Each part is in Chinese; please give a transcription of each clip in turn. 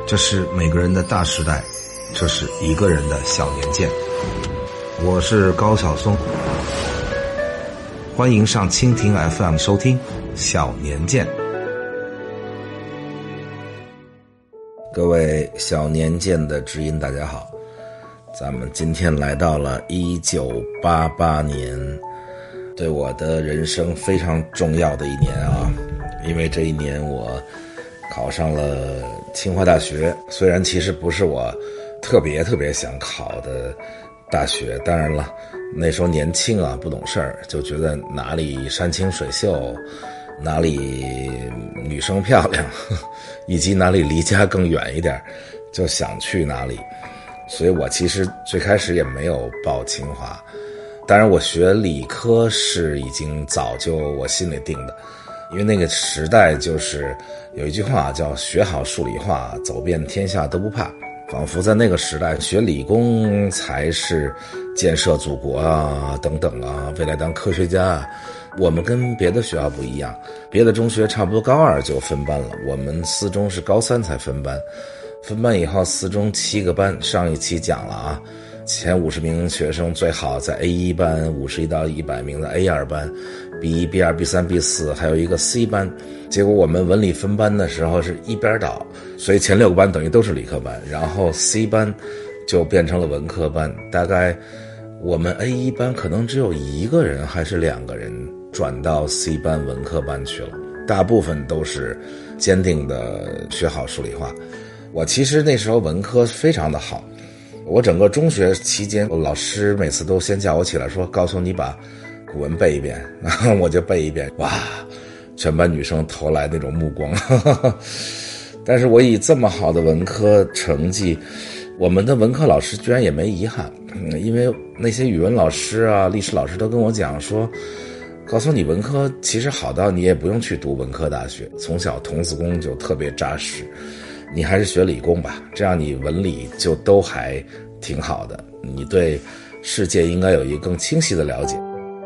这是每个人的大时代，这是一个人的小年鉴。我是高晓松，欢迎上蜻蜓 FM 收听小年鉴。各位小年鉴的知音大家好，咱们今天来到了1988年，对我的人生非常重要的一年啊，因为这一年我考上了清华大学，虽然其实不是我特别想考的大学，当然了，那时候年轻啊，不懂事儿，就觉得哪里山清水秀，哪里女生漂亮，以及哪里离家更远一点，就想去哪里。所以我其实最开始也没有报清华，当然我学理科是已经早就我心里定的，因为那个时代就是有一句话叫学好数理化，走遍天下都不怕，仿佛在那个时代学理工才是建设祖国啊等等啊，未来当科学家啊。我们跟别的学校不一样，别的中学差不多高2就分班了，我们四中是高3才分班，分班以后四中7个班，上一期讲了啊，前50名学生最好在 A1 班，51到100名的 A2 班， B1 B2 B3 B4 还有一个 C 班。结果我们文理分班的时候是一边倒，所以前6个班等于都是理科班，然后 C 班就变成了文科班，大概我们 A1 班可能只有1个人还是2个人转到 C 班文科班去了，大部分都是坚定的学好数理化。我其实那时候文科非常的好，我整个中学期间，我老师每次都先叫我起来说，告诉你把古文背一遍，然后我就背一遍，哇，全班女生投来那种目光。但是我以这么好的文科成绩，我们的文科老师居然也没遗憾，因为那些语文老师啊、历史老师都跟我讲说，告诉你文科其实好到你也不用去读文科大学，从小童子功就特别扎实，你还是学理工吧，这样你文理就都还挺好的，你对世界应该有一个更清晰的了解。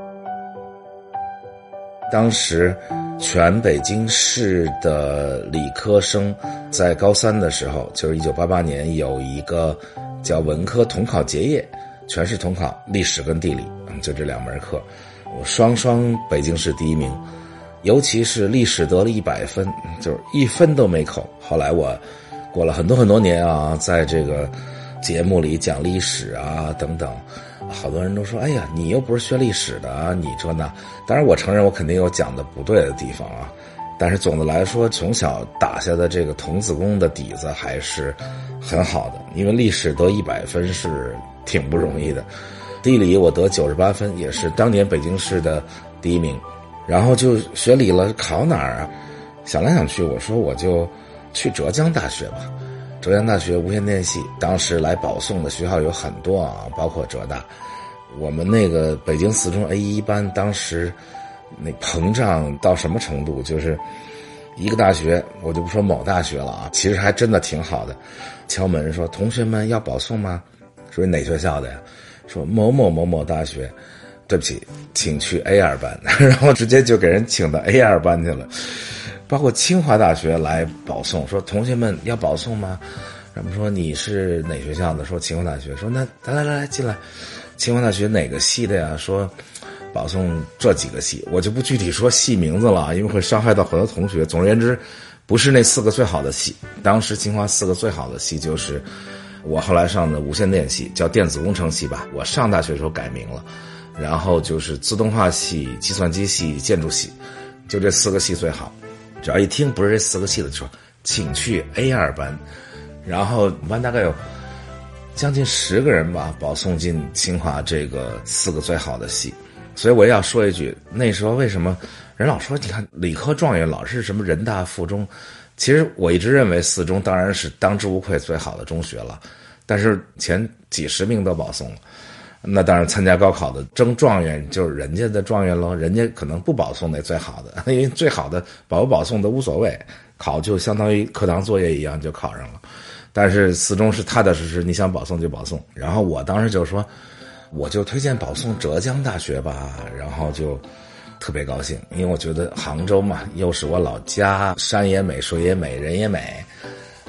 当时全北京市的理科生在高3的时候，就是1988年，有一个叫文科统考结业，全市统考历史跟地理，就这2门课，我双北京市第1名，尤其是历史得了100分，就是1分都没扣。后来我过了很多年啊，在这个节目里讲历史啊等等，好多人都说，哎呀，你又不是学历史的啊，你这那。当然我承认我肯定有讲的不对的地方啊，但是总的来说，从小打下的这个童子功的底子还是很好的，因为历史得100分是挺不容易的，地理我得98分，也是当年北京市的第1名。然后就学理了，考哪儿啊？想来想去，我说我就去浙江大学吧。浙江大学无线电系，当时来保送的学校有很多啊，包括浙大。我们那个北京四中 A1 班，当时那膨胀到什么程度，就是一个大学，我就不说某大学了啊，其实还真的挺好的，敲门说，同学们要保送吗？说哪学校的呀？说某某大学。对不起，请去 A2 班，然后直接就给人请到 A2 班去了。包括清华大学来保送，说同学们要保送吗？然后说你是哪学校的？说清华大学。说那来进来，清华大学哪个系的呀？说保送这几个系，我就不具体说系名字了，因为会伤害到很多同学。总而言之，不是那4个最好的系。当时清华4个最好的系就是我后来上的无线电系，叫电子工程系吧，我上大学的时候改名了。然后就是自动化系、计算机系、建筑系，就这4个系最好。只要一听不是这4个系的，就说请去 A2 班。然后我们班大概有将近10个人吧，保送进清华这个4个最好的系。所以我也要说一句，那时候为什么人老说你看理科状元老是什么人大附中，其实我一直认为四中当然是当之无愧最好的中学了，但是前几10名都保送了。那当然参加高考的争状元就是人家的状元咯，人家可能不保送那最好的，因为最好的保不保送都无所谓，考就相当于课堂作业一样就考上了。但是四中是踏踏实实，你想保送就保送。然后我当时就说，我就推荐保送浙江大学吧，然后就特别高兴，因为我觉得杭州嘛，又是我老家，山也美，水也美，人也美，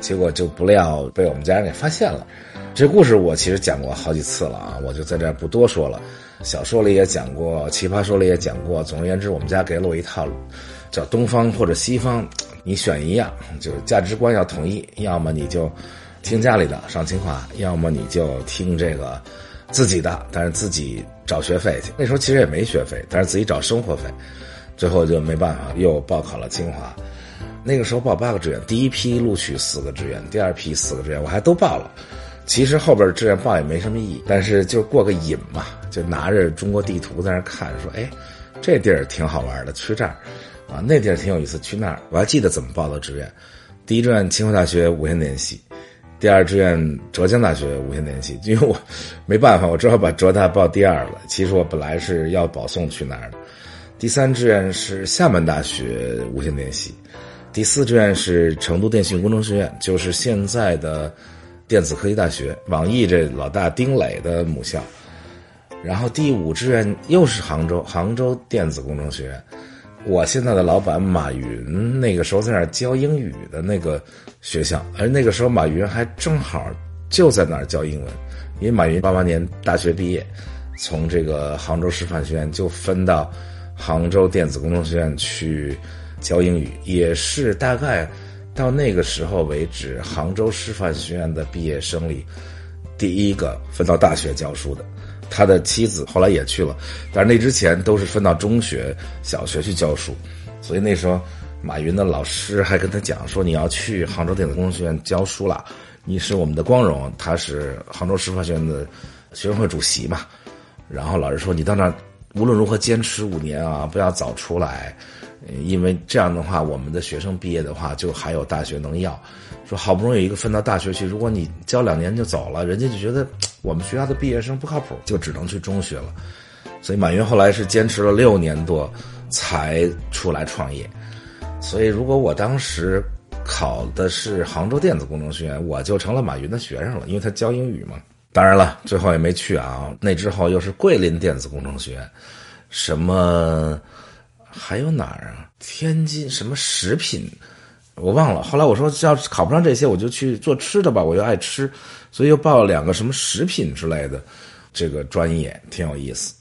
结果就不料被我们家人给发现了。这故事我其实讲过好几次了啊，我就在这儿不多说了。小说里也讲过，奇葩说里也讲过。总而言之，我们家给了我一套叫东方或者西方，你选一样，就是价值观要统一，要么你就听家里的上清华，要么你就听这个自己的，但是自己找学费去。那时候其实也没学费，但是自己找生活费。最后就没办法，又报考了清华。那个时候报8个志愿，第一批录取4个志愿，第二批4个志愿我还都报了。其实后边志愿报也没什么意义，但是就过个瘾嘛，就拿着中国地图在那看，说这地儿挺好玩的，去这儿啊，那地儿挺有意思，去那儿。我还记得怎么报的志愿，第一志愿清华大学无线电系，第二志愿浙江大学无线电系，因为我没办法，我只好把浙大报第二了。其实我本来是要保送去那儿的。第3志愿是厦门大学无线电系，第4志愿是成都电信工程学院，就是现在的电子科技大学，网易这老大丁磊的母校。然后第5志愿又是杭州电子工程学院，我现在的老板马云那个时候在那儿教英语的那个学校，而那个时候马云还正好就在那儿教英文，因为马云88年大学毕业，从这个杭州师范学院就分到杭州电子工程学院去教英语，也是大概到那个时候为止杭州师范学院的毕业生里第一个分到大学教书的。他的妻子后来也去了，但是那之前都是分到中学小学去教书。所以那时候马云的老师还跟他讲说，你要去杭州电子工程学院教书了，你是我们的光荣。他是杭州师范学院的学生会主席嘛，然后老师说你到那无论如何坚持5年啊，不要早出来，因为这样的话我们的学生毕业的话就还有大学能要。说好不容易有一个分到大学去，如果你教2年就走了，人家就觉得我们学校的毕业生不靠谱，就只能去中学了。所以马云后来是坚持了6年多才出来创业。所以如果我当时考的是杭州电子工程学院，我就成了马云的学生了，因为他教英语嘛。当然了，最后也没去啊。那之后又是桂林电子工程学院，什么还有哪儿啊？天津什么食品我忘了。后来我说要考不上这些，我就去做吃的吧，我又爱吃，所以又报了2个什么食品之类的这个专业，挺有意思。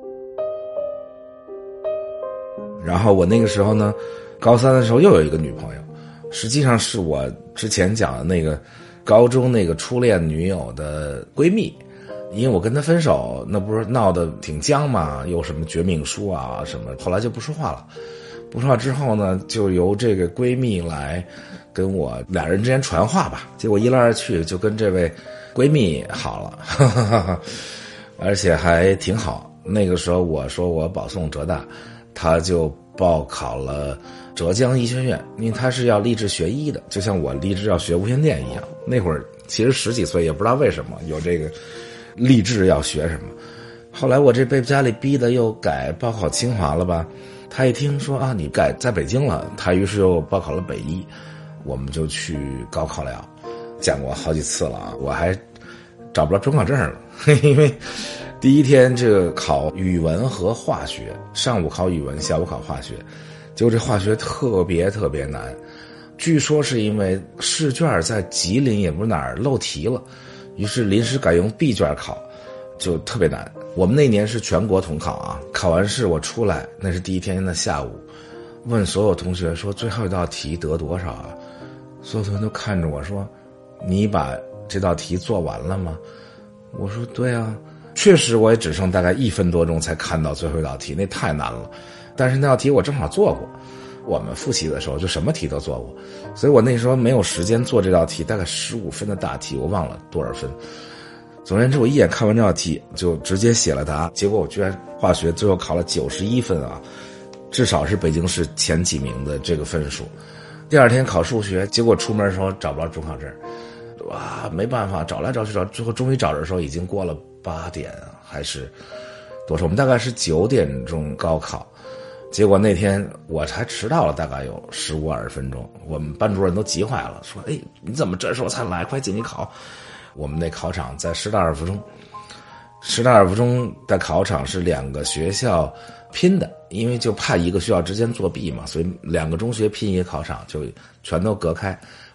然后我那个时候呢，高3的时候又有一个女朋友，实际上是我之前讲的那个高中那个初恋女友的闺蜜。因为我跟她分手，那不是闹得挺僵嘛，又什么绝命书啊什么，后来就不说话了。不说话之后呢，就由这个闺蜜来跟我俩人之间传话吧。结果一来二去就跟这位闺蜜好了，而且还挺好。那个时候我说我保送浙大，她就报考了浙江医学院，因为她是要立志学医的，就像我立志要学无线电一样。那会儿其实10几岁，也不知道为什么有这个立志要学什么。后来我这被家里逼的又改报考清华了吧，他一听说啊你改在北京了，他于是又报考了北医，我们就去高考了。讲过好几次了啊，我还找不着准考证了，因为第一天这个考语文和化学，上午考语文，下午考化学，结果这化学特别难。据说是因为试卷在吉林也不是哪儿漏题了，于是临时改用 B 卷考，就特别难。我们那年是全国统考啊，考完试我出来，那是第一天的下午，问所有同学说最后一道题得多少啊？所有同学都看着我说，你把这道题做完了吗？我说对啊。确实我也只剩大概1分多钟才看到最后一道题，那太难了。但是那道题我正好做过，我们复习的时候就什么题都做过，所以我那时候没有时间做这道题，大概15分的大题，我忘了多少分。总而言之，我一眼看完这道题就直接写了答案，结果我居然化学最后考了91分啊，至少是北京市前几名的这个分数。第二天考数学，结果出门的时候找不着准考证，哇，没办法，找来找去找，最后终于找着的时候已经过了8点还是多少？我们大概是9点钟高考，结果那天我还迟到了大概有15、20分钟，我们班主任都急坏了，说：“哎，你怎么这时候才来？快进去考！”我们那考场在师大二附中，师大二附中的考场是2个学校拼的，因为就怕一个学校之间作弊嘛，所以2个中学拼一个考场，就全都隔开。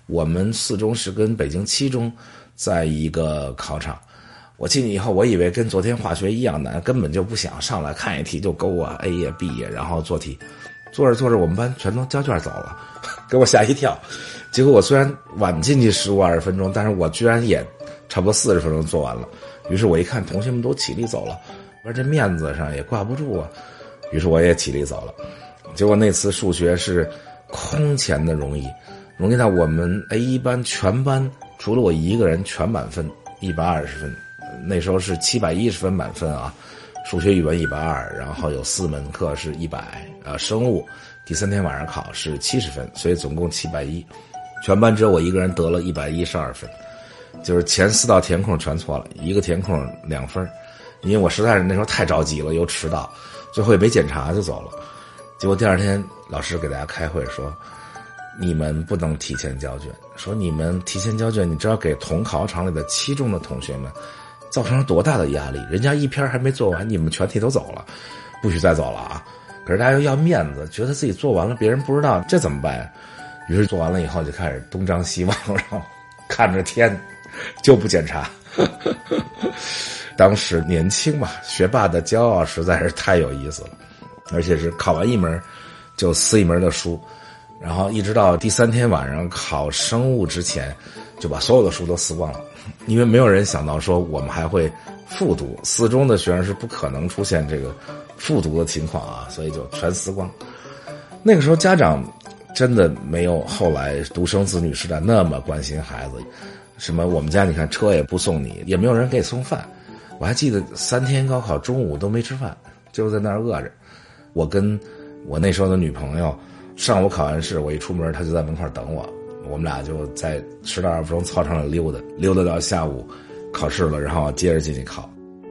我们4中是跟北京7中在一个考场。我进去以后，我以为跟昨天化学一样难，根本就不想上来看一题就勾啊 A 呀 B 呀，然后做题，做着做着我们班全都交卷走了，给我吓一跳。结果我虽然晚进去15-20分钟，但是我居然也差不多40分钟做完了。于是我一看同学们都起立走了，我说这面子上也挂不住啊，于是我也起立走了。结果那次数学是空前的容易到我们 A1 班全班除了我一个人全满分120分，那时候是710分满分啊，数学语文120，然后有4门课是100，生物第3天晚上考是70分，所以总共710，全班只有我一个人得了112分，就是前4道填空全错了，一个填空2分，因为我实在是那时候太着急了，又迟到，最后也没检查就走了。结果第2天老师给大家开会说，你们不能提前交卷，说你们提前交卷，你知道给同考场里的7中的同学们造成了多大的压力，人家一篇还没做完，你们全体都走了，不许再走了啊！可是大家又要面子，觉得自己做完了别人不知道，这怎么办？于是做完了以后就开始东张西望，然后看着天就不检查。当时年轻嘛，学霸的骄傲实在是太有意思了，而且是考完一门就撕一门的书，然后一直到第3天晚上考生物之前就把所有的书都撕光了，因为没有人想到说我们还会复读，4中的学生是不可能出现这个复读的情况啊，所以就全撕光。那个时候家长真的没有后来独生子女时代那么关心孩子，什么我们家你看车也不送你，也没有人给你送饭。我还记得3天高考中午都没吃饭，就在那儿饿着。我跟我那时候的女朋友上午考完试，我一出门她就在门口等我，我们俩就在10到20分钟操场里溜达到下午考试了，然后接着进去考。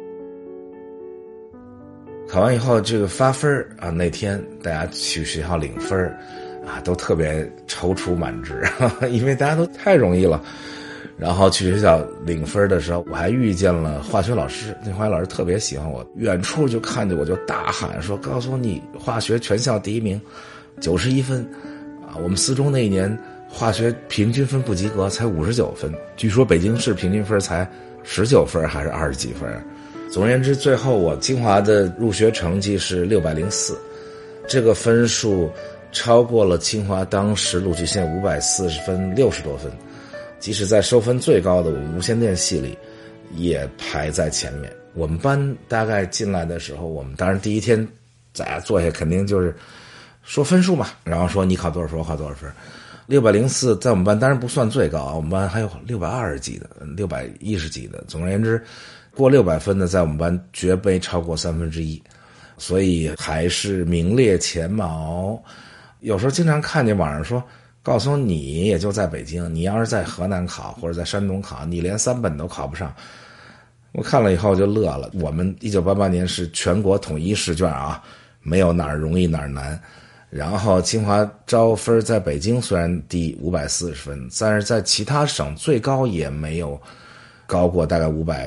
考完以后这个发分啊，那天大家去学校领分啊，都特别踌躇满志，因为大家都太容易了。然后去学校领分的时候，我还遇见了化学老师，那化学老师特别喜欢我，远处就看见我就大喊说，告诉你化学全校第1名，91分啊！我们4中那一年化学平均分不及格，才59分，据说北京市平均分才19分还是20几分。总而言之，最后我清华的入学成绩是604，这个分数超过了清华当时录取线540分，60多分。即使在收分最高的我们无线电系里也排在前面。我们班大概进来的时候，我们当然第1天大家坐下肯定就是说分数嘛，然后说你考多少分我考多少分。604在我们班当然不算最高啊，我们班还有620几的610几的，总而言之过600分的在我们班绝没超过1/3，所以还是名列前茅。有时候经常看见网上说，告诉你也就在北京，你要是在河南考或者在山东考，你连3本都考不上。我看了以后就乐了，我们1988年是全国统一试卷啊，没有哪儿容易哪儿难。然后清华招分在北京虽然低540分，但是在其他省最高也没有高过大概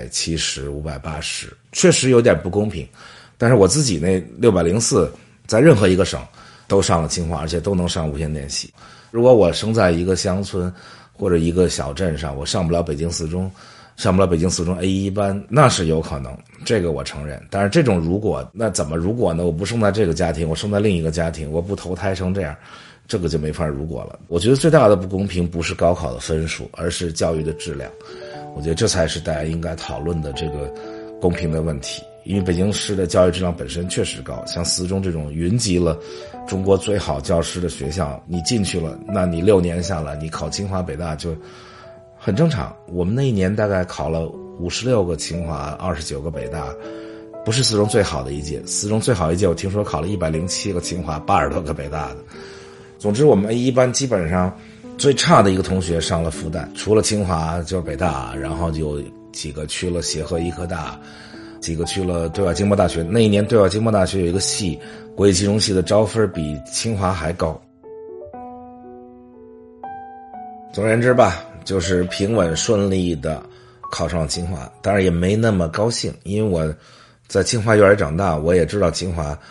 570、580，确实有点不公平。但是我自己那604在任何一个省都上了清华，而且都能上无线电系。如果我生在一个乡村或者一个小镇上，我上不了北京4中，上不了北京4中 A1 班，那是有可能，这个我承认。但是这种如果，那怎么如果呢？我不生在这个家庭，我生在另一个家庭，我不投胎成这样，这个就没法如果了。我觉得最大的不公平不是高考的分数，而是教育的质量。我觉得这才是大家应该讨论的这个公平的问题。因为北京市的教育质量本身确实高，像4中这种云集了中国最好教师的学校，你进去了，那你6年下来，你考清华北大就很正常。我们那一年大概考了56个清华，29个北大，不是4中最好的一届。4中最好一届我听说考了107个清华，80多个北大的。总之我们 A1 班基本上最差的一个同学上了复旦，除了清华就是北大，然后就有几个去了协和医科大，几个去了对外经贸大学。那一年对外经贸大学有一个系，国际金融系的招分比清华还高。总而言之吧，就是平稳顺利的考上清华，当然也没那么高兴，因为我在清华园里长大，我也知道清华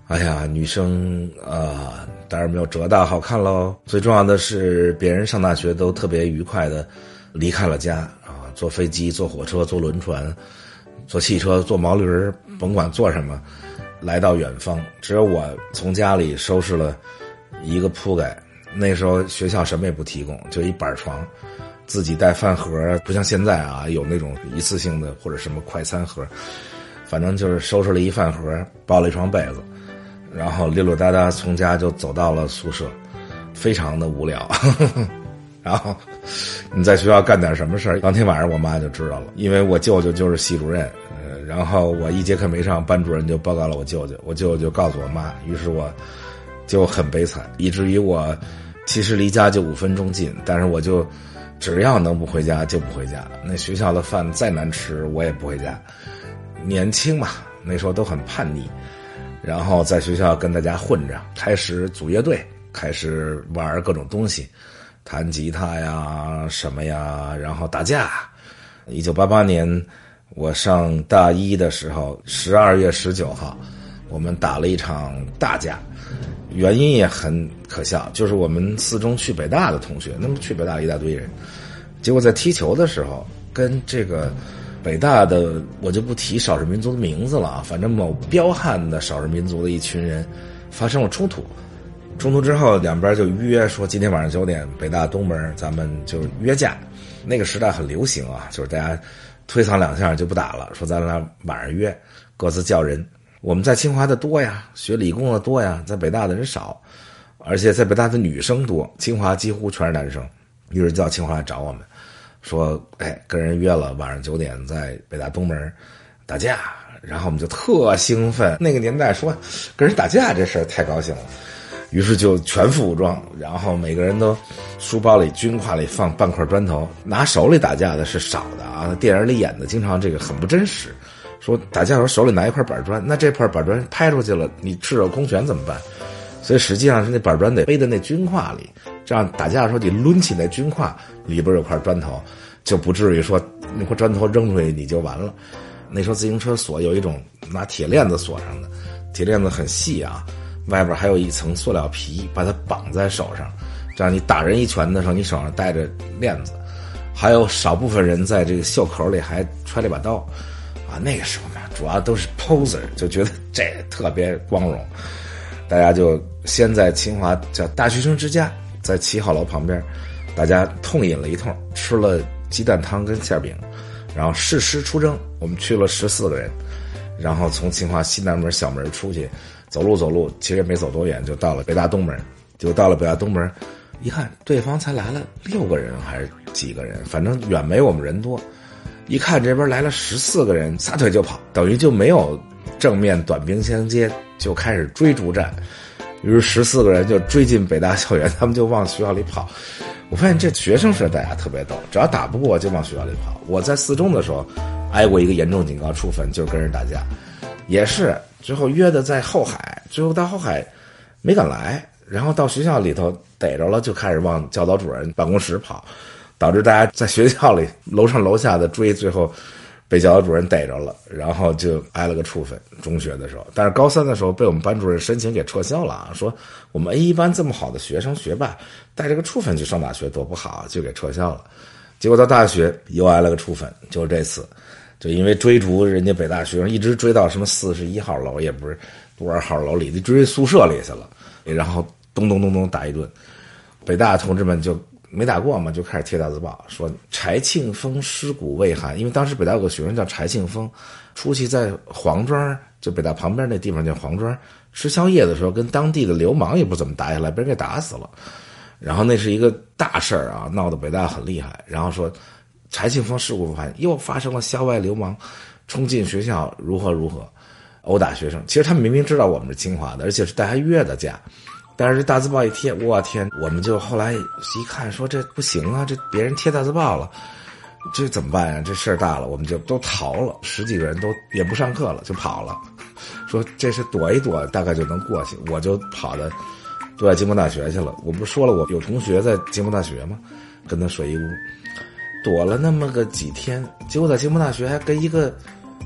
哎呀，女生当然没有浙大好看喽。最重要的是，别人上大学都特别愉快的离开了家啊，坐飞机、坐火车、坐轮船、坐汽车、坐毛驴，甭管坐什么，来到远方。只有我从家里收拾了一个铺盖，那时候学校什么也不提供，就一板床，自己带饭盒，不像现在啊有那种一次性的或者什么快餐盒，反正就是收拾了一饭盒，包了一床被子。然后溜溜达达从家就走到了宿舍，非常的无聊。然后你在学校干点什么事儿，当天晚上我妈就知道了，因为我舅舅就是系主任，然后我一节课没上，班主任就报告了我舅舅，我舅舅就告诉我妈，于是我就很悲惨，以至于我其实离家就5分钟近，但是我就只要能不回家就不回家，那学校的饭再难吃我也不回家。年轻嘛，那时候都很叛逆，然后在学校跟大家混着，开始组乐队，开始玩各种东西，弹吉他呀什么呀，然后打架。1988年我上大一的时候，12月19号我们打了一场大架，原因也很可笑，就是我们4中去北大的同学，那么去北大一大堆人，结果在踢球的时候跟这个北大的，我就不提少数民族的名字了，反正某彪悍的少数民族的一群人发生了冲突。冲突之后，两边就约说今天晚上9点，北大东门咱们就约架。那个时代很流行啊，就是大家推搡2下就不打了，说咱俩晚上约，各自叫人。我们在清华的多呀，学理工的多呀，在北大的人少，而且在北大的女生多，清华几乎全是男生。于是叫清华来找我们。说跟人约了晚上9点在北大东门打架，然后我们就特兴奋。那个年代说跟人打架这事儿太高兴了，于是就全副武装，然后每个人都书包里军挎里放半块砖头，拿手里打架的是少的啊。电影里演的经常这个很不真实，说打架的时候手里拿一块板砖，那这块板砖拍出去了，你赤手空拳怎么办？所以实际上是那板砖得背在那军挎里，这样打架的时候你抡起那军挎里边有块砖头，就不至于说那块砖头扔出去你就完了。那时候自行车锁有一种拿铁链子锁上的，铁链子很细啊，外边还有一层塑料皮把它绑在手上，这样你打人一拳的时候你手上带着链子。还有少部分人在这个袖口里还揣了一把刀啊。那个时候嘛主要都是 poser， 就觉得这特别光荣。大家就先在清华叫大学生之家，在7号楼旁边，大家痛饮了一通，吃了鸡蛋汤跟馅饼，然后誓师出征。我们去了14个人，然后从清华西南门小门出去，走路，其实也没走多远，就到了北大东门。就到了北大东门，一看对方才来了6个人还是几个人，反正远没我们人多。一看这边来了14个人，撒腿就跑，等于就没有正面短兵相接，就开始追逐战。于是14个人就追进北大校园，他们就往学校里跑。我发现这学生时代大家特别逗，只要打不过就往学校里跑。我在4中的时候挨过一个严重警告处分，就是跟人打架，也是最后约的在后海，最后到后海没敢来，然后到学校里头逮着了，就开始往教导主任办公室跑，导致大家在学校里楼上楼下的追，最后被教导主任逮着了，然后就挨了个处分。中学的时候，但是高3的时候被我们班主任申请给撤销了啊，说我们 A1 班这么好的学生学霸带这个处分去上大学多不好，就给撤销了。结果到大学又挨了个处分，就是这次就因为追逐人家北大学生，一直追到什么41号楼也不是多少号楼里，就追宿舍里去了，然后咚咚咚咚打一顿。北大同志们就没打过嘛，就开始贴大字报，说柴庆丰尸骨未寒。因为当时北大有个学生叫柴庆丰，出去在黄庄，就北大旁边那地方叫黄庄，吃宵夜的时候跟当地的流氓也不怎么打下来，被人给打死了。然后那是一个大事儿啊，闹得北大很厉害。然后说柴庆丰尸骨未寒，又发生了校外流氓冲进学校如何殴打学生。其实他们明明知道我们是清华的，而且是大家约的架，但是大字报一贴，我天，我们就后来一看说这不行啊，这别人贴大字报了，这怎么办呀？这事儿大了，我们就都逃了，10几个人都也不上课了，就跑了。说这是躲一躲大概就能过去，我就跑到都在经国大学去了。我不是说了我有同学在经国大学吗？跟他睡一屋，躲了那么个几天，结果在经国大学还跟一个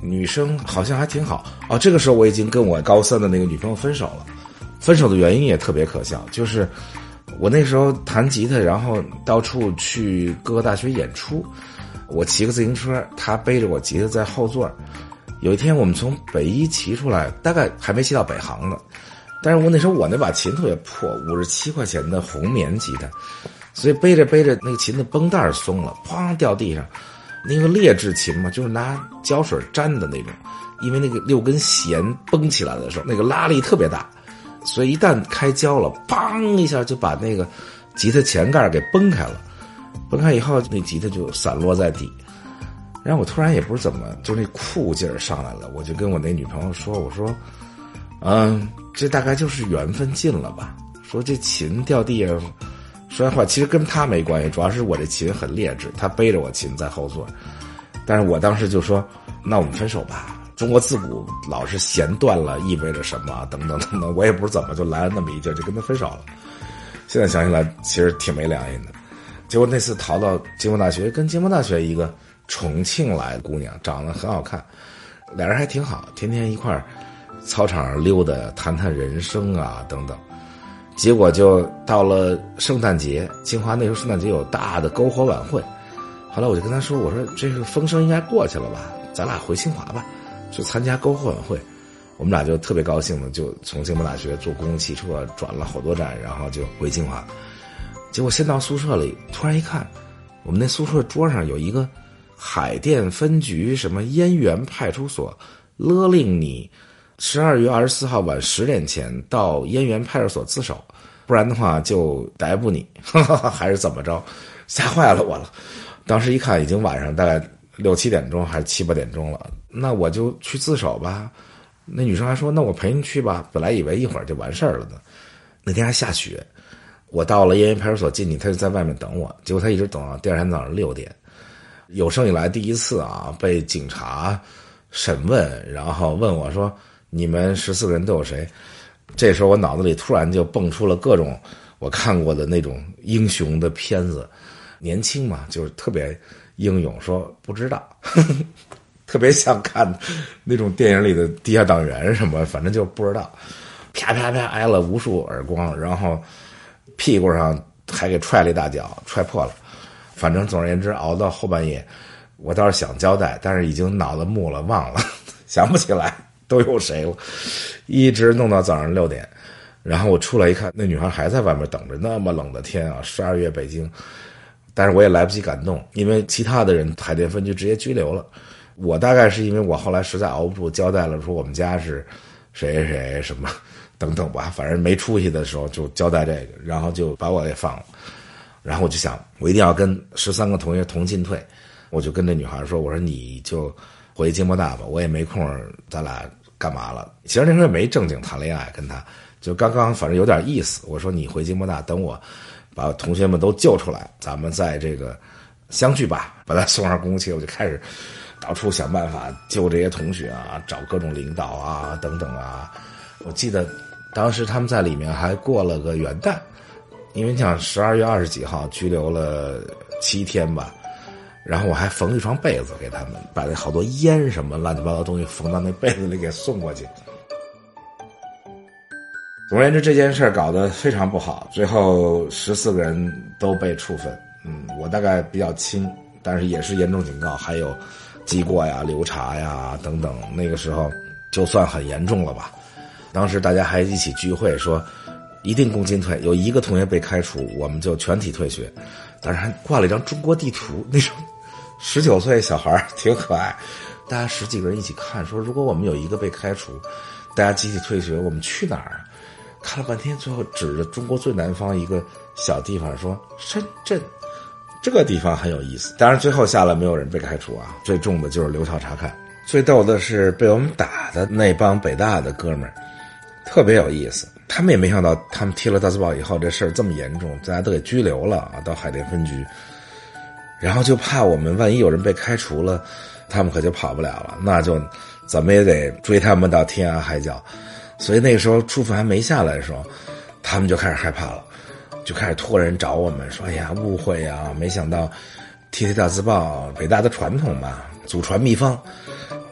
女生好像还挺好哦。这个时候我已经跟我高3的那个女朋友分手了，分手的原因也特别可笑，就是我那时候弹吉他，然后到处去各个大学演出，我骑个自行车，她背着我吉他在后座。有一天我们从北一骑出来，大概还没骑到北航呢，但是我那时候我那把琴特别破，57块钱的红棉吉他，所以背着那个琴的绷带松了，砰掉地上。那个劣质琴嘛，就是拿胶水粘的那种，因为那个6根弦绷起来的时候，那个拉力特别大，所以一旦开胶了，砰一下就把那个吉他前盖给崩开了。崩开以后，那吉他就散落在地。然后我突然也不是怎么，就那酷劲儿上来了，我就跟我那女朋友说，我说，这大概就是缘分尽了吧。说这琴掉地上，说实话，其实跟他没关系，主要是我这琴很劣质，他背着我琴在后座。但是我当时就说，那我们分手吧。中国自古老是弦断了意味着什么，等等等等，我也不是怎么就来了那么一劲，就跟他分手了。现在想起来，其实挺没良心的。结果那次逃到经贸大学，跟经贸大学一个重庆来的姑娘长得很好看，俩人还挺好，天天一块儿操场上溜达，谈谈人生啊等等。结果就到了圣诞节，清华那时候圣诞节有大的篝火晚会，后来我就跟他说，我说这个风声应该过去了吧，咱俩回清华吧，去参加篝火晚会。我们俩就特别高兴的，就从经贸大学坐公共汽车转了好多站，然后就回清华。结果先到宿舍里，突然一看，我们那宿舍桌上有一个海淀分局什么燕园派出所勒令你12月24号晚10点前到燕园派出所自首，不然的话就逮捕你，还是怎么着，吓坏了我了。当时一看已经晚上大概6、7点钟还是7、8点钟了，那我就去自首吧。那女生还说，那我陪你去吧，本来以为一会儿就完事儿了呢。那天还下雪，我到了燕园派出所进去，他就在外面等我，结果他一直等到第二天早上6点，有生以来第一次啊被警察审问，然后问我说，你们14个人都有谁？这时候我脑子里突然就蹦出了各种我看过的那种英雄的片子，年轻嘛，就是特别英勇，说不知道，特别想看那种电影里的地下党员什么，反正就不知道，啪啪啪挨了无数耳光，然后屁股上还给踹了一大脚，踹破了。反正总而言之，熬到后半夜，我倒是想交代，但是已经脑子木了，忘了，想不起来都有谁了，一直弄到早上6点。然后我出来一看，那女孩还在外面等着，那么冷的天啊，12月北京。但是我也来不及感动，因为其他的人海淀分局直接拘留了。我大概是因为我后来实在熬不住，交代了说我们家是谁谁谁什么等等吧，反正没出息的时候就交代这个，然后就把我给放了。然后我就想，我一定要跟13个同学同进退。我就跟这女孩说，我说你就回经贸大吧，我也没空咱俩干嘛了。其实那时候也没正经谈恋爱，跟他就刚刚反正有点意思。我说你回经贸大，等我把同学们都救出来，咱们在这个相聚吧，把他送上公共汽车。我就开始到处想办法救这些同学啊，找各种领导啊等等啊。我记得当时他们在里面还过了个元旦，因为你想12月20几号拘留了7天吧，然后我还缝一床被子给他们，把那好多烟什么乱七八糟东西缝到那被子里给送过去。总而言之，这件事搞得非常不好，最后14个人都被处分。我大概比较轻，但是也是严重警告，还有记过呀、留查呀等等。那个时候就算很严重了吧。当时大家还一起聚会说，一定共进退，有一个同学被开除，我们就全体退学。当时还挂了一张中国地图，那种19岁小孩挺可爱，大家10几个人一起看，说如果我们有一个被开除，大家集体退学，我们去哪儿？看了半天，最后指着中国最南方一个小地方说深圳，这个地方很有意思。当然最后下来没有人被开除啊，最重的就是留校察看。最逗的是被我们打的那帮北大的哥们儿特别有意思，他们也没想到他们踢了大字报以后这事儿这么严重，大家都给拘留了啊，到海淀分局。然后就怕我们万一有人被开除了，他们可就跑不了了，那就怎么也得追他们到天涯海角。所以那个时候处分还没下来的时候，他们就开始害怕了，就开始托人找我们说，哎呀误会啊，没想到踢大字报北大的传统嘛，祖传秘方。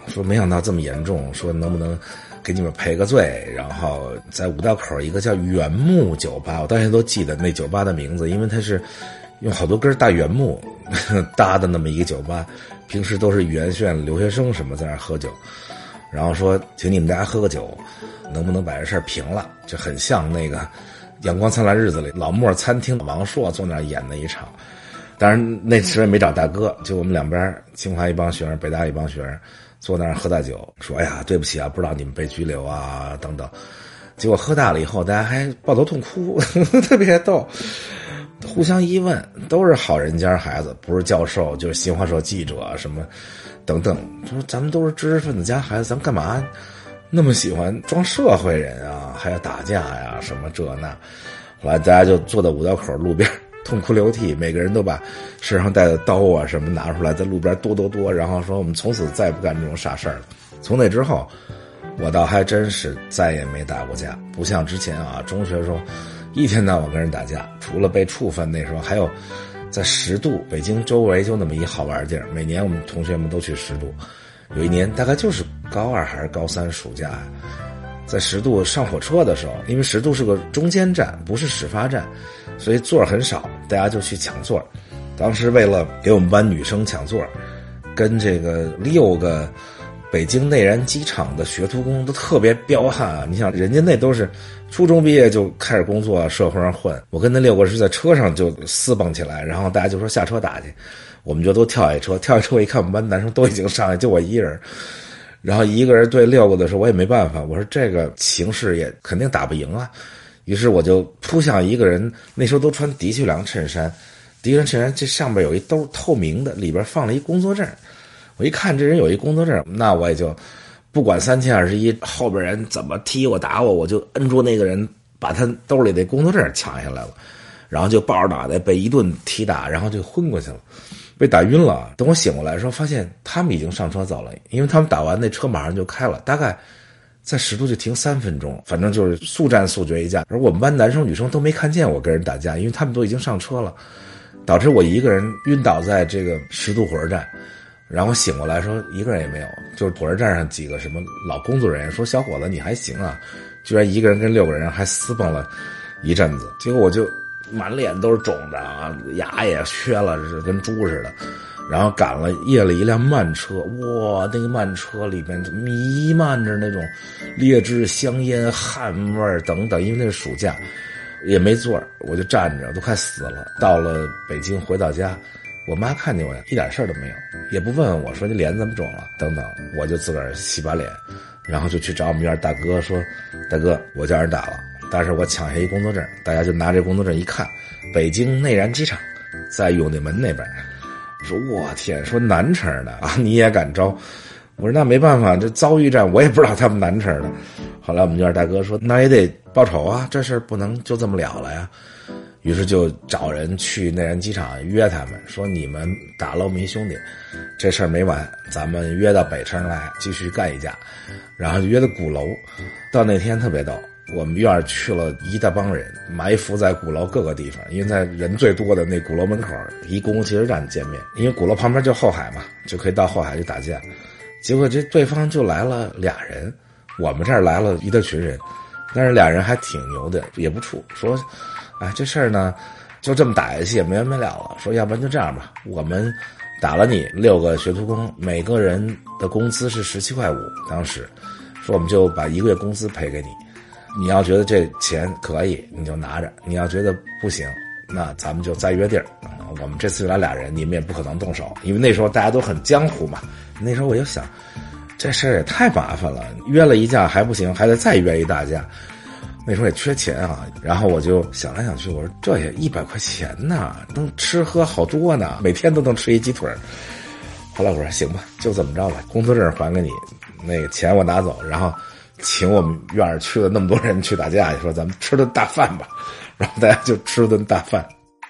说没想到这么严重，说能不能给你们赔个罪。然后在五道口一个叫原木酒吧，我到现在都记得那酒吧的名字，因为它是用好多根大原木搭的那么一个酒吧，平时都是语言学院留学生什么在那喝酒，然后说请你们大家喝个酒，能不能把这事儿平了，就很像那个阳光灿烂日子里老莫餐厅王朔坐那儿演的一场。当然那时也没找大哥，就我们两边清华一帮学生，北大一帮学生坐那儿喝大酒，说哎呀对不起啊，不知道你们被拘留啊等等。结果喝大了以后大家还抱头痛哭特别逗，互相一问都是好人家孩子，不是教授就是新华社记者什么等等，说咱们都是知识分子家孩子，咱们干嘛那么喜欢装社会人啊，还要打架呀什么这那。后来大家就坐在五道口路边痛哭流涕，每个人都把身上带的刀啊什么拿出来，在路边剁，然后说我们从此再也不干这种傻事儿了。从那之后我倒还真是再也没打过架，不像之前啊，中学的时候一天到晚跟人打架，除了被处分，那时候还有在10渡北京周围就那么一好玩地儿，每年我们同学们都去10渡。有一年大概就是高2还是高3暑假，在10渡上火车的时候，因为10渡是个中间站，不是始发站，所以座很少，大家就去抢座。当时为了给我们班女生抢座，跟这个6个北京内燃机厂的学徒工都特别彪悍啊！你想人家那都是初中毕业就开始工作，社会上混，我跟那6个是在车上就撕蹦起来，然后大家就说下车打去，我们就都跳下车，我一看我们班男生都已经上来，就我一人，然后一个人对6个的时候我也没办法，我说这个形势也肯定打不赢啊，于是我就扑向一个人，那时候都穿的确良衬衫，的确良衬衫这上边有一兜透明的，里边放了一工作证，我一看这人有一工作证，那我也就不管3021，后边人怎么踢我打我，我就摁住那个人，把他兜里的工作证抢下来了，然后就抱着脑袋被一顿踢打，然后就昏过去了，被打晕了。等我醒过来的时候，发现他们已经上车走了，因为他们打完那车马上就开了，大概在10渡就停3分钟，反正就是速战速决一架。而我们班男生女生都没看见我跟人打架，因为他们都已经上车了，导致我一个人晕倒在这个10渡火车站。然后醒过来说一个人也没有，就是火车站上几个什么老工作人员说小伙子你还行啊，居然一个人跟6个人还撕蹦了一阵子。结果我就满脸都是肿的啊，牙也缺了，是跟猪似的。然后夜了一辆慢车，哇，那个慢车里边弥漫着那种劣质香烟汗味等等，因为那是暑假也没座，我就站着都快死了。到了北京回到家，我妈看见我一点事儿都没有，也不问问我说你脸怎么肿了等等，我就自个儿洗把脸，然后就去找我们院大哥说，大哥我叫人打了，但是我抢下一工作证，大家就拿这工作证一看，北京内燃机厂在永定门那边，说我天，说南城的啊你也敢招？我说那没办法，这遭遇战我也不知道他们南城的。后来我们院大哥说那也得报仇啊，这事儿不能就这么了了呀。于是就找人去内燃机厂约他们，说你们打了我们一兄弟，这事儿没完，咱们约到北城来继续干一架。然后就约到鼓楼，到那天特别逗，我们院去了一大帮人，埋伏在鼓楼各个地方，因为在人最多的那鼓楼门口一公共汽车站见面，因为鼓楼旁边就后海嘛，就可以到后海去打架。结果这对方就来了俩人，我们这儿来了一大群人，但是俩人还挺牛的，也不怵，说哎，这事儿呢就这么打下去也没完没了了，说要不然就这样吧，我们打了你6个学徒工，每个人的工资是17.5块，当时说我们就把1个月工资赔给你，你要觉得这钱可以你就拿着，你要觉得不行那咱们就再约地儿，我们这次就来俩人，你们也不可能动手，因为那时候大家都很江湖嘛。那时候我就想这事儿也太麻烦了，约了一架还不行，还得再约一大架，那时候也缺钱啊。然后我就想来想去，我说这也100块钱呢，能吃喝好多呢，每天都能吃一鸡腿。后来我说行吧，就这么着吧，工作证还给你，那个钱我拿走，然后请我们院去了那么多人去打架，说咱们吃顿大饭吧，然后大家就吃了顿大饭。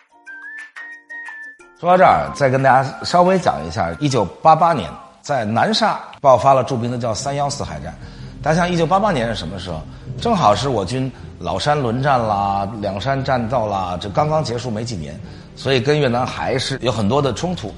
说到这儿，再跟大家稍微讲一下1988年在南沙爆发了著名的叫314海战。大家想1988年是什么时候？正好是我军老山轮战啦、两山战斗啦，这刚刚结束没几年，所以跟越南还是有很多的冲突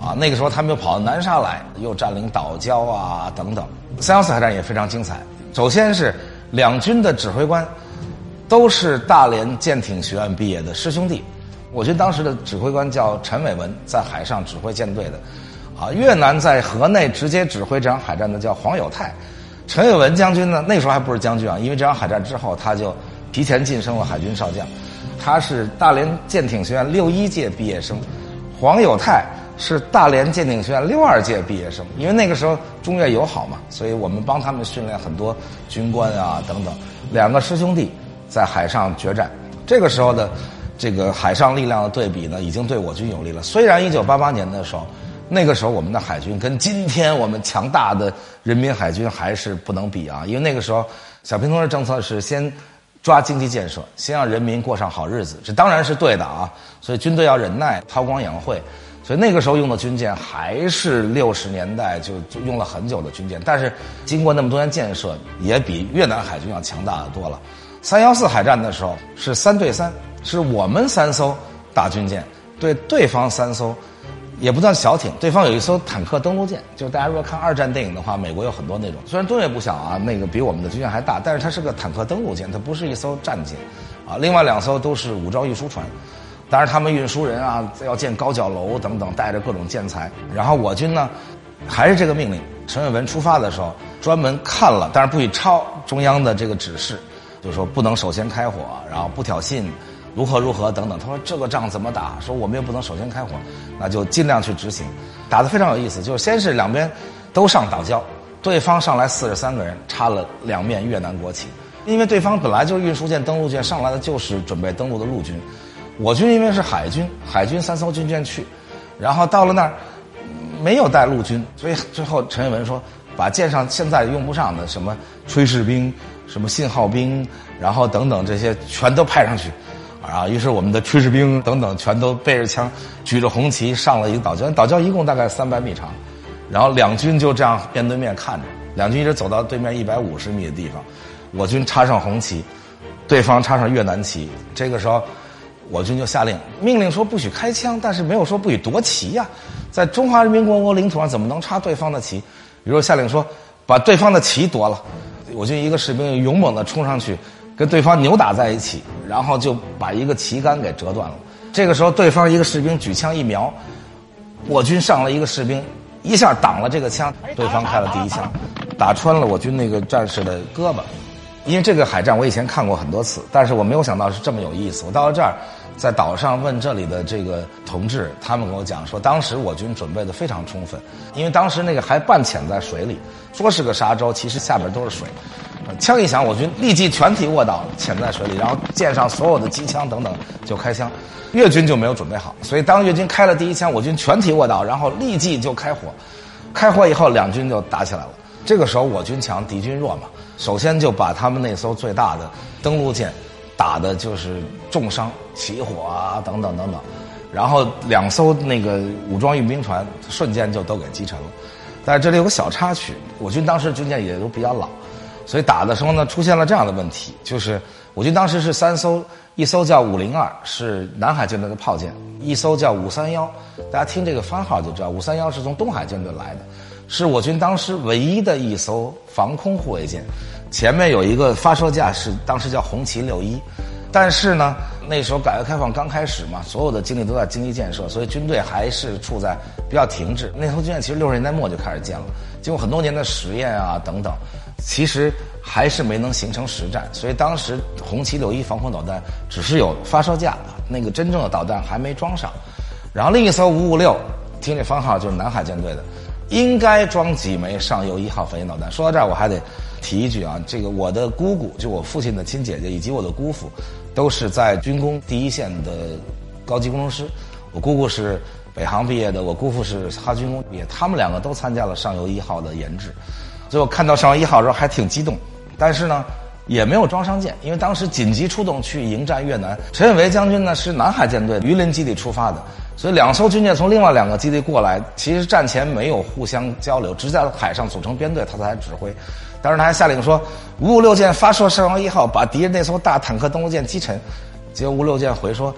啊。那个时候他们又跑到南沙来，又占领岛礁啊等等。314海战也非常精彩。首先是两军的指挥官都是大连舰艇学院毕业的师兄弟。我军当时的指挥官叫陈伟文，在海上指挥舰队的。啊，越南在河内直接指挥这场海战的叫黄有泰。陈伟文将军呢，那时候还不是将军啊，因为这场海战之后他就提前晋升了海军少将。他是大连舰艇学院61届毕业生，黄有泰是大连舰艇学院62届毕业生。因为那个时候中越友好嘛，所以我们帮他们训练很多军官啊等等。两个师兄弟在海上决战，这个时候的这个海上力量的对比呢，已经对我军有利了。虽然1988年的时候，那个时候我们的海军跟今天我们强大的人民海军还是不能比啊，因为那个时候小平同志政策是先抓经济建设，先让人民过上好日子，这当然是对的啊。所以军队要忍耐，韬光养晦。所以那个时候用的军舰还是60年代就用了很久的军舰，但是经过那么多年建设，也比越南海军要强大的多了。314海战的时候是3对3，是我们3艘大军舰对对方3艘。也不算小艇，对方有一艘坦克登陆舰，就是大家如果看二战电影的话，美国有很多那种，虽然吨位不小啊，那个比我们的军舰还大，但是它是个坦克登陆舰，它不是一艘战舰，啊，另外2艘都是武装运输船，当然他们运输人啊，要建高脚楼等等，带着各种建材。然后我军呢，还是这个命令，陈伟文出发的时候专门看了，但是不许抄中央的这个指示，就是说不能首先开火，然后不挑衅。如何等等，他说这个仗怎么打？说我们又不能首先开火，那就尽量去执行。打得非常有意思，就是先是两边都上岛礁，对方上来43个人，插了2面越南国旗。因为对方本来就是运输舰、登陆舰，上来的就是准备登陆的陆军。我军因为是海军3艘军舰去，然后到了那儿没有带陆军，所以最后陈伟文说，把舰上现在用不上的什么炊事兵、什么信号兵，然后等等这些全都派上去。啊，于是我们的炊事兵等等全都背着枪，举着红旗上了一个岛礁，岛礁一共大概300米长，然后两军就这样面对面看着，两军一直走到对面150米的地方，我军插上红旗，对方插上越南旗。这个时候，我军就下令，命令说不许开枪，但是没有说不许夺旗呀，在中华人民共和国领土上怎么能插对方的旗？于是下令说，把对方的旗夺了。我军一个士兵勇猛地冲上去，跟对方扭打在一起，然后就把一个旗杆给折断了。这个时候对方一个士兵举枪一瞄，我军上了一个士兵，一下挡了这个枪，对方开了第一枪，打穿了我军那个战士的胳膊。因为这个海战我以前看过很多次，但是我没有想到是这么有意思。我到了这儿，在岛上问这里的这个同志，他们跟我讲说，当时我军准备的非常充分，因为当时那个还半潜在水里，说是个沙洲，其实下边都是水。枪一响，我军立即全体卧倒，潜在水里，然后舰上所有的机枪等等就开枪。越军就没有准备好，所以当越军开了第一枪，我军全体卧倒，然后立即就开火。开火以后，两军就打起来了。这个时候我军强，敌军弱嘛，首先就把他们那艘最大的登陆舰打的就是重伤、起火啊等等等等，然后2艘那个武装运兵船瞬间就都给击沉了。但是这里有个小插曲，我军当时军舰也都比较老，所以打的时候呢出现了这样的问题，就是我军当时是3艘，一艘叫502是南海舰队的炮舰，一艘叫531，大家听这个番号就知道531是从东海舰队来的，是我军当时唯一的一艘防空护卫舰，前面有一个发射架，是当时叫红旗61。但是呢，那时候改革开放刚开始嘛，所有的精力都在经济建设，所以军队还是处在比较停滞。那艘军舰其实60年代末就开始建了，经过很多年的实验啊等等，其实还是没能形成实战。所以当时红旗61防空导弹只是有发射架，那个真正的导弹还没装上。然后另一艘556，听这番号就是南海舰队的，应该装几枚上游1号反舰导弹。说到这儿，我还得提一句啊，这个我的姑姑，就我父亲的亲姐姐以及我的姑父，都是在军工第一线的高级工程师。我姑姑是北航毕业的，我姑父是哈军工毕业，他们2个都参加了上游1号的研制。所以我看到上游1号的时候还挺激动，但是呢也没有装上舰，因为当时紧急出动去迎战越南。陈伟为将军呢是南海舰队榆林基地出发的，所以2艘军舰从另外2个基地过来，其实战前没有互相交流，只在海上组成编队，他才指挥。当时他还下令说556舰发射上游1号，把敌人那艘大坦克登陆舰击沉。结果556舰回说，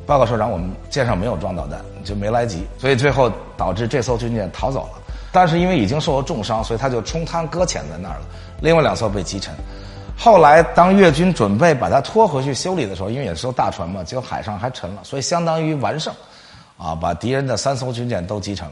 报告首长，我们舰上没有装导弹，就没来及，所以最后导致这艘军舰逃走了。但是因为已经受了重伤，所以他就冲滩搁浅在那儿了。另外2艘被击沉。后来当越军准备把它拖回去修理的时候，因为也是艘大船嘛，结果海上还沉了，所以相当于完胜，把敌人的3艘军舰都击沉了。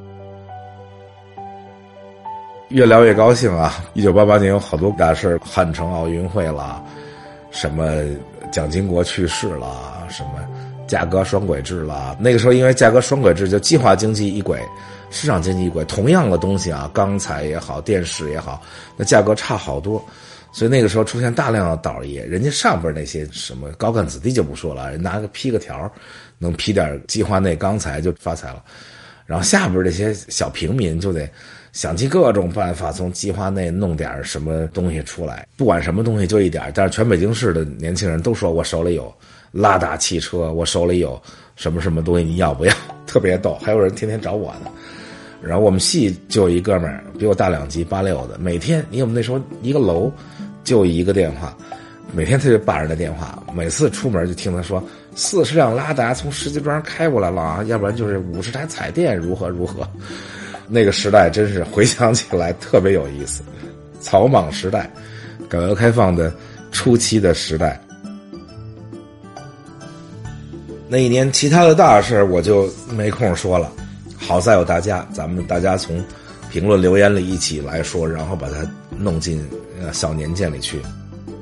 越聊越高兴啊！1988年有好多大事，汉城奥运会啦，什么蒋经国去世啦，什么价格双轨制啦。那个时候因为价格双轨制，就计划经济一轨，市场经济一轨，同样的东西啊，钢材也好，电视也好，那价格差好多。所以那个时候出现大量的倒爷，人家上边那些什么高干子弟就不说了，人拿个批个条，能批点计划内钢材就发财了。然后下边这些小平民就得想尽各种办法从计划内弄点什么东西出来，不管什么东西就一点。但是全北京市的年轻人都说我手里有拉达汽车，我手里有什么什么东西，你要不要？特别逗，还有人天天找我呢。然后我们系就有一哥们儿比我大2级86的，每天因为我们那时候一个楼就一个电话，每天他就霸着那电话，每次出门就听他说40辆拉达从石家庄开过来了啊，要不然就是50台彩电如何如何。那个时代真是回想起来特别有意思，草莽时代，改革开放的初期的时代。那一年其他的大事我就没空说了，好在有大家，咱们大家从评论留言里一起来说，然后把它弄进小年鉴里去。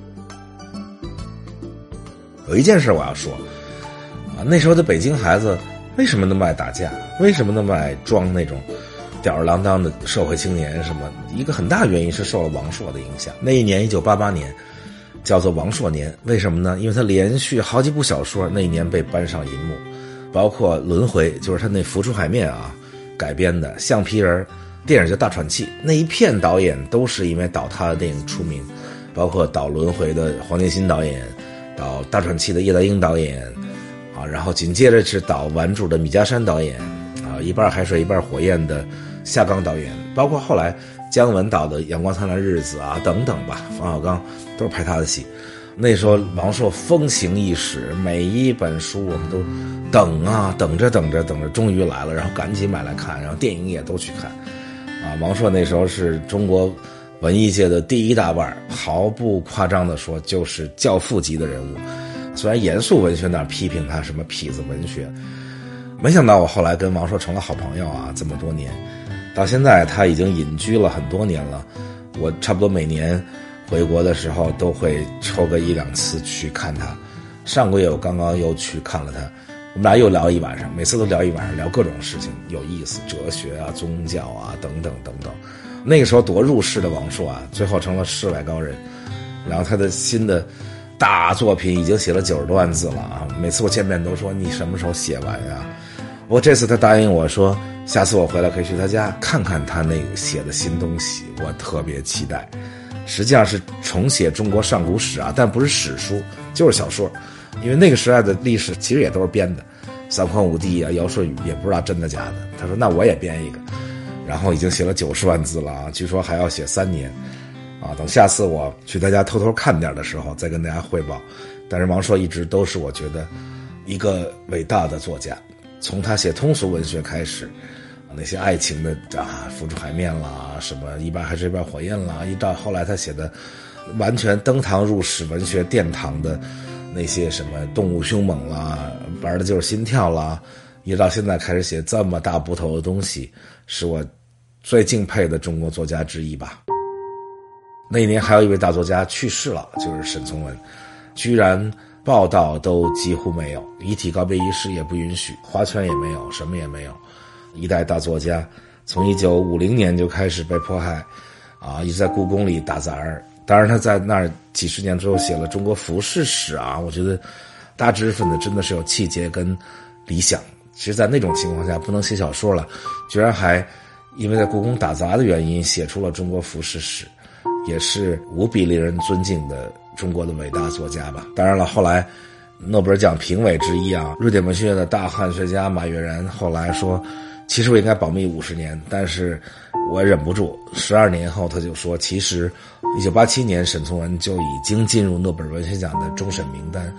有一件事我要说那时候的北京孩子为什么那么爱打架，为什么那么爱装那种吊儿郎当的社会青年什么，一个很大原因是受了王朔的影响。那一年1988年叫做王朔年，为什么呢？因为他连续好几部小说那一年被搬上银幕，包括轮回，就是他那浮出海面改编的，橡皮人电影叫大喘气，那一片导演都是因为导他的电影出名，包括导轮回的黄建新导演，导大喘气的叶德英导演然后紧接着是导顽主的米家山导演一半海水一半火焰的夏刚导演，包括后来姜文导的阳光灿烂日子等等吧，冯小刚都是拍他的戏。那时候王朔风行一时，每一本书我们都等着终于来了，然后赶紧买来看，然后电影也都去看王朔那时候是中国文艺界的第一大腕，毫不夸张地说就是教父级的人物。虽然严肃文学那批评他什么痞子文学，没想到我后来跟王朔成了好朋友这么多年，到现在他已经隐居了很多年了，我差不多每年回国的时候都会抽个1-2次去看他。上个月我刚刚又去看了他，我们俩又聊一晚上，每次都聊一晚上，聊各种事情，有意思，哲学宗教等等等等。那个时候多入世的王朔最后成了世外高人。然后他的新的大作品已经写了90多万字了每次我见面都说你什么时候写完呀？我这次他答应我说下次我回来可以去他家看看他那个写的新东西，我特别期待。实际上是重写中国上古史但不是史书，就是小说。因为那个时代的历史其实也都是编的，三皇五帝尧舜禹也不知道真的假的。他说那我也编一个，然后已经写了90万字了据说还要写3年等下次我去大家偷偷看点的时候再跟大家汇报。但是王朔一直都是我觉得一个伟大的作家，从他写通俗文学开始，那些爱情的浮出海面啦，什么一半海水一半火焰啦，一到后来他写的完全登堂入室文学殿堂的那些什么动物凶猛啦，玩的就是心跳啦，一直到现在开始写这么大部头的东西，是我最敬佩的中国作家之一吧。那一年还有一位大作家去世了，就是沈从文，居然报道都几乎没有，遗体告别仪式也不允许，花圈也没有，什么也没有。一代大作家从1950年就开始被迫害一直在故宫里打杂儿。当然他在那儿几十年之后写了中国服饰史我觉得大知识分子真的是有气节跟理想。其实在那种情况下不能写小说了，居然还因为在故宫打杂的原因写出了中国服饰史，也是无比令人尊敬的中国的伟大作家吧。当然了，后来诺贝尔奖评委之一瑞典文学院的大汉学家马悦然后来说其实我应该保密50年，但是我忍不住12年后他就说其实1987年沈从文就已经进入诺贝尔文学奖的终审名单，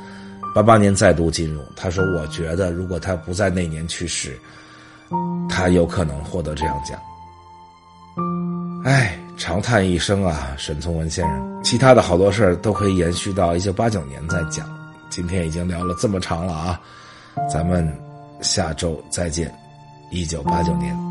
88年再度进入，他说我觉得如果他不在那年去世，他有可能获得这样奖。长叹一声啊，沈从文先生。其他的好多事儿都可以延续到1989年再讲，今天已经聊了这么长了啊，咱们下周再见，1989年。